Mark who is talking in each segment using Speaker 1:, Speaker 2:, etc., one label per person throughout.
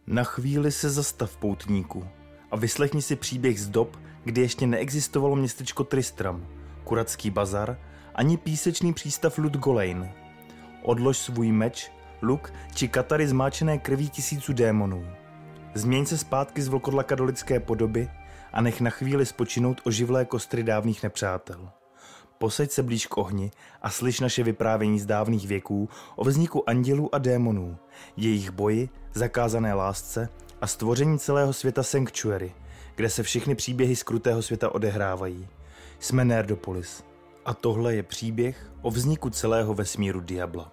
Speaker 1: Na chvíli se zastav, poutníku, a vyslechni si příběh z dob, kdy ještě neexistovalo městečko Tristram, kuratský bazar, ani písečný přístav Ludgolain. Odlož svůj meč, luk či katary zmáčené krví tisíců démonů. Změň se zpátky z vlkodlaka do lidské podoby a nech na chvíli spočinout oživlé kostry dávných nepřátel. Posaď se blíž k ohni a slyš naše vyprávění z dávných věků o vzniku andělů a démonů, jejich boji, zakázané lásce a stvoření celého světa Sanctuary, kde se všechny příběhy z krutého světa odehrávají. Jsme Nerdopolis a tohle je příběh o vzniku celého vesmíru Diabla.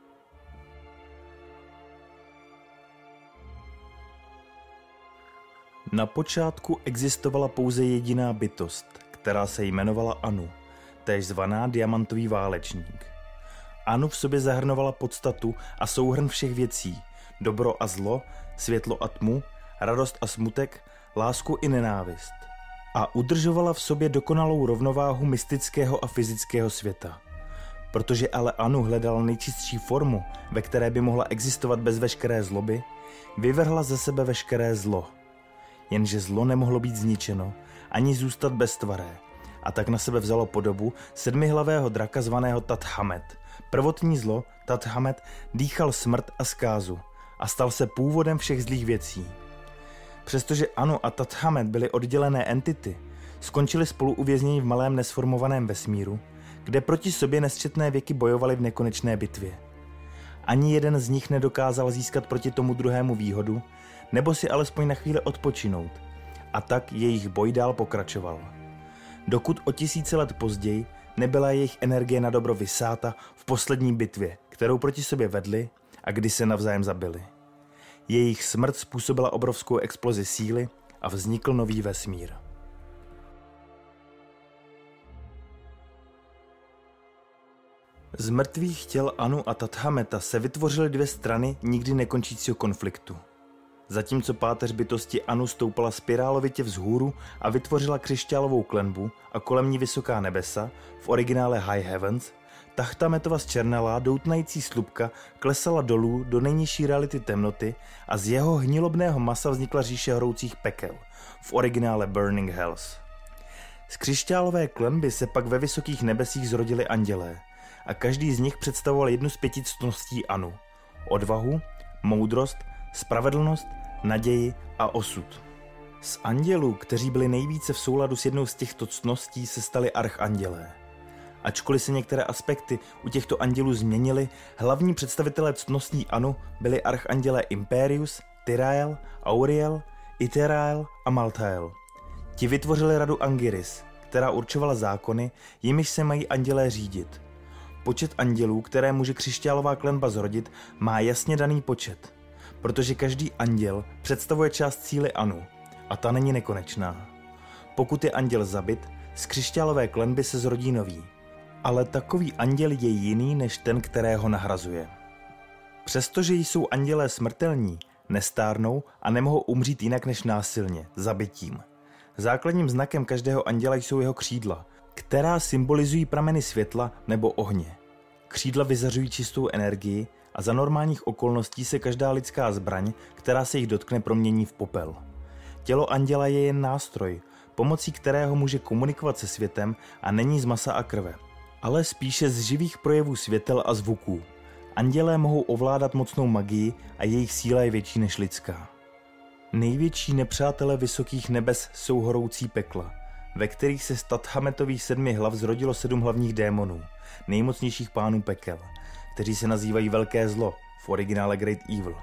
Speaker 1: Na počátku existovala pouze jediná bytost, která se jmenovala Anu, též zvaná Diamantový válečník. Anu v sobě zahrnovala podstatu a souhrn všech věcí, dobro a zlo, světlo a tmu, radost a smutek, lásku i nenávist. A udržovala v sobě dokonalou rovnováhu mystického a fyzického světa. Protože ale Anu hledala nejčistší formu, ve které by mohla existovat bez veškeré zloby, vyvrhla ze sebe veškeré zlo. Jenže zlo nemohlo být zničeno, ani zůstat beztvaré, a tak na sebe vzalo podobu sedmihlavého draka zvaného Tathamet. Prvotní zlo, Tathamet, dýchal smrt a zkázu a stal se původem všech zlých věcí. Přestože Anu a Tathamet byly oddělené entity, skončili spolu uvězněni v malém nesformovaném vesmíru, kde proti sobě nesčetné věky bojovali v nekonečné bitvě. Ani jeden z nich nedokázal získat proti tomu druhému výhodu, nebo si alespoň na chvíli odpočinout, a tak jejich boj dál pokračoval. Dokud o tisíce let později nebyla jejich energie na dobro vysáta v poslední bitvě, kterou proti sobě vedli a kdy se navzájem zabili. Jejich smrt způsobila obrovskou explozi síly a vznikl nový vesmír. Z mrtvých těl Anu a Tathameta se vytvořily dvě strany nikdy nekončícího konfliktu. Zatímco páteř bytosti Anu stoupala spirálovitě vzhůru a vytvořila křišťálovou klenbu a kolem ní vysoká nebesa, v originále High Heavens, Tathametova zčernalá doutnající slupka klesala dolů do nejnižší reality temnoty a z jeho hnilobného masa vznikla říše horoucích pekel, v originále Burning Hells. Z křišťálové klenby se pak ve vysokých nebesích zrodili andělé a každý z nich představoval jednu z 5 ctností Anu: odvahu, moudrost, spravedlnost, naději a osud. Z andělů, kteří byli nejvíce v souladu s jednou z těchto ctností, se stali archandělé. Ačkoliv se některé aspekty u těchto andělů změnily, hlavní představitelé ctností Anu byli archandělé Imperius, Tyrael, Auriel, Iterael a Malthael. Ti vytvořili radu Angiris, která určovala zákony, jimiž se mají andělé řídit. Počet andělů, které může křišťálová klenba zrodit, má jasně daný počet, protože každý anděl představuje část síly Anu a ta není nekonečná. Pokud je anděl zabit, z křišťálové klenby se zrodí nový, ale takový anděl je jiný než ten, kterého nahrazuje. Přestože jsou andělé smrtelní, nestárnou a nemohou umřít jinak než násilně, zabitím. Základním znakem každého anděla jsou jeho křídla, která symbolizují prameny světla nebo ohně. Křídla vyzařují čistou energii a za normálních okolností se každá lidská zbraň, která se jich dotkne, promění v popel. Tělo anděla je jen nástroj, pomocí kterého může komunikovat se světem a není z masa a krve, ale spíše z živých projevů světel a zvuků. Andělé mohou ovládat mocnou magii a jejich síla je větší než lidská. Největší nepřátelé vysokých nebes jsou horoucí pekla, ve kterých se z Tathametových 7 hlav zrodilo 7 hlavních démonů, nejmocnějších pánů pekel, kteří se nazývají Velké zlo, v originále Great Evil.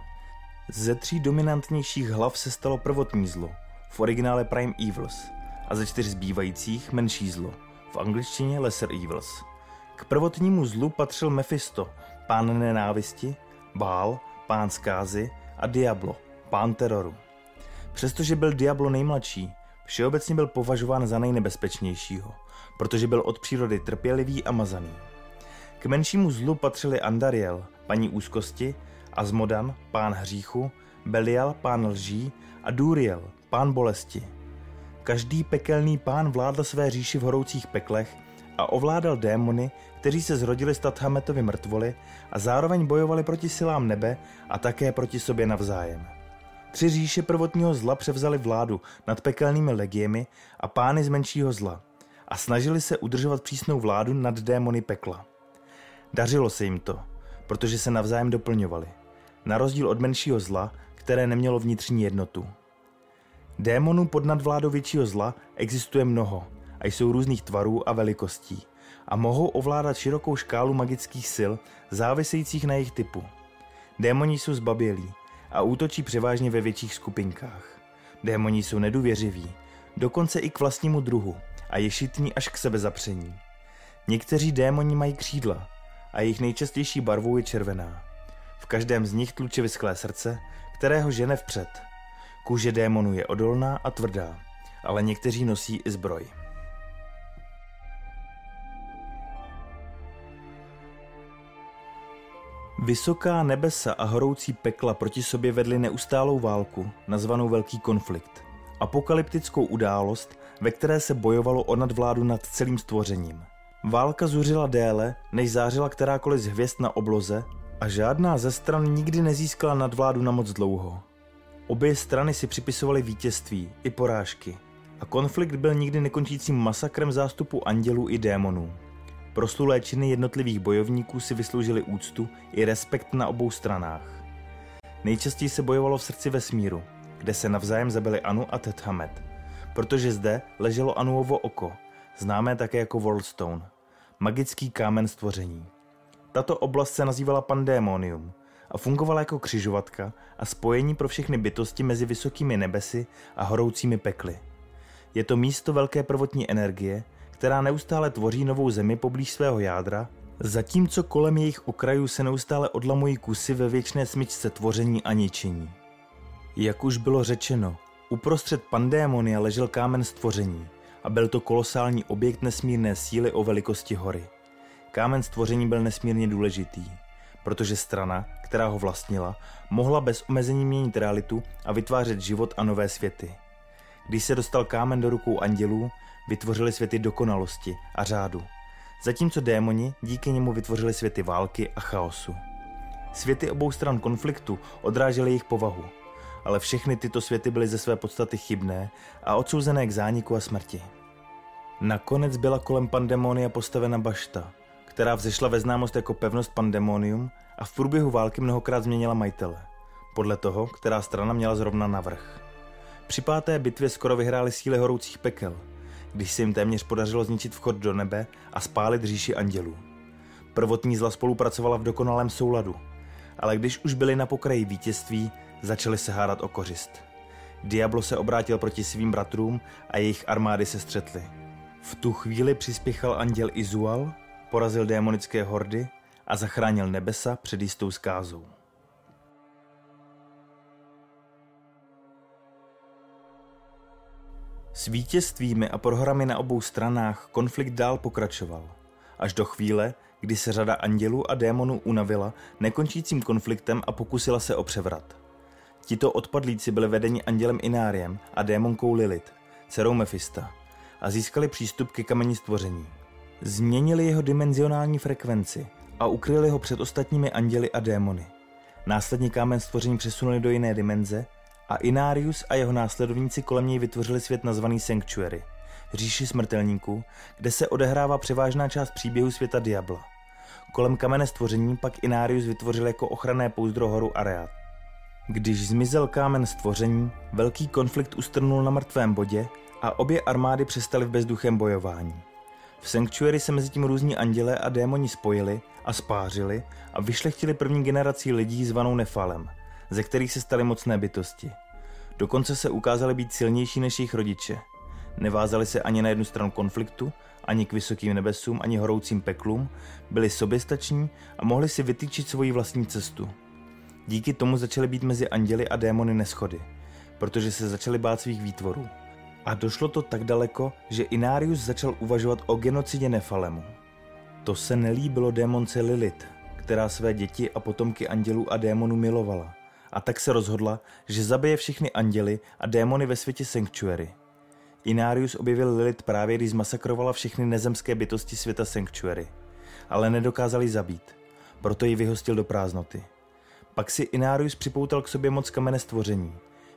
Speaker 1: Ze 3 dominantnějších hlav se stalo prvotní zlo, v originále Prime Evils, a ze 4 zbývajících menší zlo, v angličtině Lesser Evils. K prvotnímu zlu patřil Mephisto, pán nenávisti, Baal, pán zkázy a Diablo, pán teroru. Přestože byl Diablo nejmladší, všeobecně byl považován za nejnebezpečnějšího, protože byl od přírody trpělivý a mazaný. K menšímu zlu patřili Andariel, paní úzkosti, Azmodan, pán hříchu, Belial, pán lží a Duriel, pán bolesti. Každý pekelný pán vládl své říši v horoucích peklech a ovládal démony, kteří se zrodili z Tathametovy mrtvoly a zároveň bojovali proti silám nebe a také proti sobě navzájem. 3 říše prvotního zla převzaly vládu nad pekelnými legiemi a pány z menšího zla a snažili se udržovat přísnou vládu nad démony pekla. Dařilo se jim to, protože se navzájem doplňovali, na rozdíl od menšího zla, které nemělo vnitřní jednotu. Démonů pod nadvládou většího zla existuje mnoho a jsou různých tvarů a velikostí a mohou ovládat širokou škálu magických sil závisejících na jejich typu. Démoni jsou zbabělí a útočí převážně ve větších skupinkách. Démoni jsou nedůvěřiví, dokonce i k vlastnímu druhu a ješitní až k sebezapření. Někteří démoni mají křídla a jejich nejčastější barvou je červená. V každém z nich tluče vyschlé srdce, které ho žene vpřed. Kůže démonů je odolná a tvrdá, ale někteří nosí i zbroj. Vysoká nebesa a horoucí pekla proti sobě vedly neustálou válku, nazvanou Velký konflikt. Apokalyptickou událost, ve které se bojovalo o nadvládu nad celým stvořením. Válka zuřila déle, než zářila kterákoliv z hvězd na obloze a žádná ze stran nikdy nezískala nadvládu na moc dlouho. Obě strany si připisovaly vítězství i porážky a konflikt byl nikdy nekončícím masakrem zástupu andělů i démonů. Proslulé činy jednotlivých bojovníků si vysloužily úctu i respekt na obou stranách. Nejčastěji se bojovalo v srdci vesmíru, kde se navzájem zabili Anu a Tethamet, protože zde leželo Anuovo oko, známé také jako Worldstone, magický kámen stvoření. Tato oblast se nazývala Pandemonium a fungovala jako křižovatka a spojení pro všechny bytosti mezi vysokými nebesy a horoucími pekly. Je to místo velké prvotní energie, která neustále tvoří novou zemi poblíž svého jádra, zatímco kolem jejich okrajů se neustále odlamují kusy ve věčné smyčce tvoření a ničení. Jak už bylo řečeno, uprostřed Pandémonia ležel kámen stvoření a byl to kolosální objekt nesmírné síly o velikosti hory. Kámen stvoření byl nesmírně důležitý, protože strana, která ho vlastnila, mohla bez omezení měnit realitu a vytvářet život a nové světy. Když se dostal kámen do rukou andělů, vytvořili světy dokonalosti a řádu, zatímco démoni díky němu vytvořili světy války a chaosu. Světy obou stran konfliktu odrážely jejich povahu, ale všechny tyto světy byly ze své podstaty chybné a odsouzené k zániku a smrti. Nakonec byla kolem Pandemonia postavena bašta, která vzešla ve známost jako pevnost Pandemonium a v průběhu války mnohokrát změnila majitele, podle toho, která strana měla zrovna navrch. Při 5. bitvě skoro vyhrály síly horoucích pekel, když se jim téměř podařilo zničit vchod do nebe a spálit říši andělů. Prvotní zla spolupracovala v dokonalém souladu, ale když už byli na pokraji vítězství, začali se hádat o kořist. Diablo se obrátil proti svým bratrům a jejich armády se střetly. V tu chvíli přispěchal anděl Izual, porazil démonické hordy a zachránil nebesa před jistou zkázou. S vítězstvími a prohrami na obou stranách konflikt dál pokračoval, až do chvíle, kdy se řada andělů a démonů unavila nekončícím konfliktem a pokusila se o převrat. Tito odpadlíci byli vedeni andělem Ináriem a démonkou Lilith, dcerou Mefista, a získali přístup ke kameni stvoření. Změnili jeho dimenzionální frekvenci a ukryli ho před ostatními anděli a démony. Následně kámen stvoření přesunuli do jiné dimenze a Inarius a jeho následovníci kolem něj vytvořili svět nazvaný Sanctuary, říši smrtelníků, kde se odehrává převážná část příběhu světa Diabla. Kolem kamene stvoření pak Inarius vytvořil jako ochranné pouzdro horu Areat. Když zmizel kámen stvoření, velký konflikt ustrnul na mrtvém bodě a obě armády přestaly v bezduchém bojování. V Sanctuary se mezi tím různí andělé a démoni spojili a spářili a vyšlechtili první generaci lidí zvanou Nefalem, ze kterých se staly mocné bytosti. Dokonce se ukázali být silnější než jejich rodiče. Nevázali se ani na jednu stranu konfliktu, ani k vysokým nebesům, ani horoucím peklům, byli soběstační a mohli si vytýčit svoji vlastní cestu. Díky tomu začaly být mezi anděli a démony neschody, protože se začali bát svých výtvorů. A došlo to tak daleko, že Inarius začal uvažovat o genocidě Nefalemu. To se nelíbilo démonce Lilith, která své děti a potomky andělů a démonů milovala, a tak se rozhodla, že zabije všechny anděly a démony ve světě Sanctuary. Inarius objevil Lilith právě, když zmasakrovala všechny nezemské bytosti světa Sanctuary, ale nedokázal ji zabít, proto ji vyhostil do prázdnoty. Pak si Inarius připoutal k sobě moc kamene stvoření,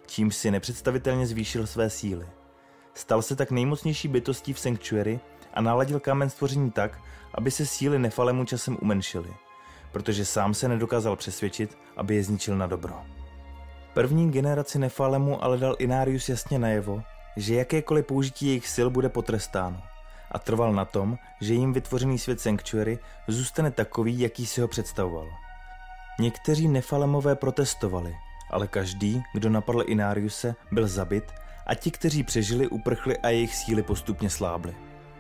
Speaker 1: čímž si nepředstavitelně zvýšil své síly. Stal se tak nejmocnější bytostí v Sanctuary a naladil kámen stvoření tak, aby se síly Nefalemu časem umenšily, protože sám se nedokázal přesvědčit, aby je zničil na dobro. První generaci Nefalemu ale dal Inarius jasně najevo, že jakékoliv použití jejich sil bude potrestáno a trval na tom, že jim vytvořený svět Sanctuary zůstane takový, jaký si ho představoval. Někteří Nefalemové protestovali, ale každý, kdo napadl Inariuse, byl zabit a ti, kteří přežili, uprchli a jejich síly postupně slábly.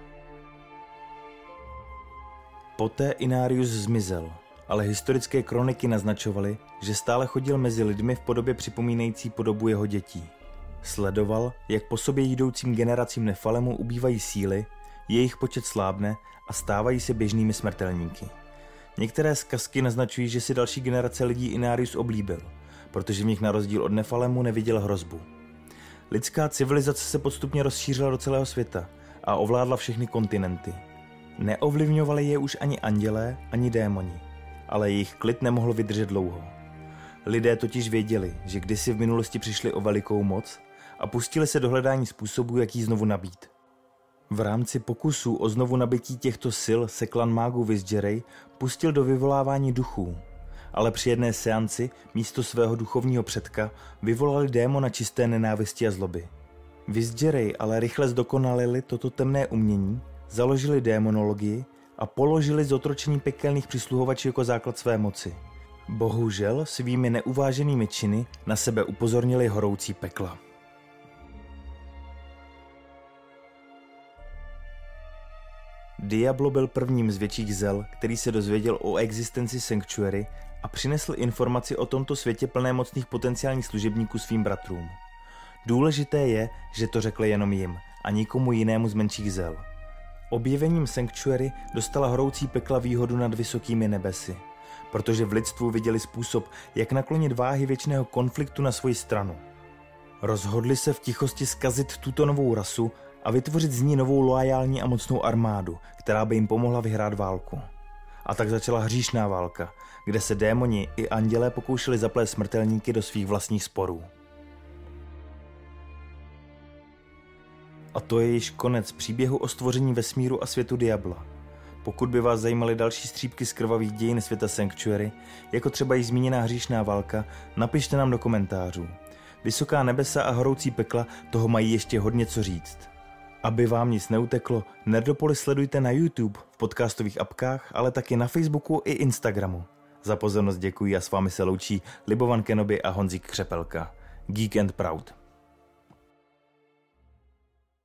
Speaker 1: Poté Inarius zmizel, ale historické kroniky naznačovaly, že stále chodil mezi lidmi v podobě připomínající podobu jeho dětí. Sledoval, jak po sobě jdoucím generacím Nefalemu ubývají síly, jejich počet slábne a stávají se běžnými smrtelníky. Některé zkazky naznačují, že si další generace lidí Inarius oblíbil, protože v nich na rozdíl od Nefalemu neviděl hrozbu. Lidská civilizace se postupně rozšířila do celého světa a ovládla všechny kontinenty. Neovlivňovali je už ani andělé, ani démoni, ale jejich klid nemohl vydržet dlouho. Lidé totiž věděli, že kdysi v minulosti přišli o velikou moc a pustili se do hledání způsobů, jak ji znovu nabít. V rámci pokusů o znovu nabití těchto sil se klan mágů Vizjerej pustil do vyvolávání duchů, ale při jedné seanci místo svého duchovního předka vyvolali démona čisté nenávisti a zloby. Vizjerej ale rychle zdokonalili toto temné umění, založili démonologii a položili zotročení pekelných přisluhovačů jako základ své moci. Bohužel svými neuváženými činy na sebe upozornili horoucí pekla. Diablo byl prvním z větších zel, který se dozvěděl o existenci Sanctuary a přinesl informaci o tomto světě plné mocných potenciálních služebníků svým bratrům. Důležité je, že to řekl jenom jim a nikomu jinému z menších zel. Objevením Sanctuary dostala horoucí pekla výhodu nad vysokými nebesy, protože v lidstvu viděli způsob, jak naklonit váhy věčného konfliktu na svoji stranu. Rozhodli se v tichosti zkazit tuto novou rasu a vytvořit z ní novou loajální a mocnou armádu, která by jim pomohla vyhrát válku. A tak začala hříšná válka, kde se démoni i andělé pokoušeli zaplést smrtelníky do svých vlastních sporů. A to je již konec příběhu o stvoření vesmíru a světu Diabla. Pokud by vás zajímaly další střípky z krvavých dějin světa Sanctuary, jako třeba již zmíněná hříšná válka, napište nám do komentářů. Vysoká nebesa a horoucí pekla toho mají ještě hodně co říct. Aby vám nic neuteklo, Nerdopolis sledujte na YouTube, v podcastových apkách, ale taky na Facebooku i Instagramu. Za pozornost děkuji a s vámi se loučí Libovan Kenobi a Honzík Křepelka. Geek and Proud.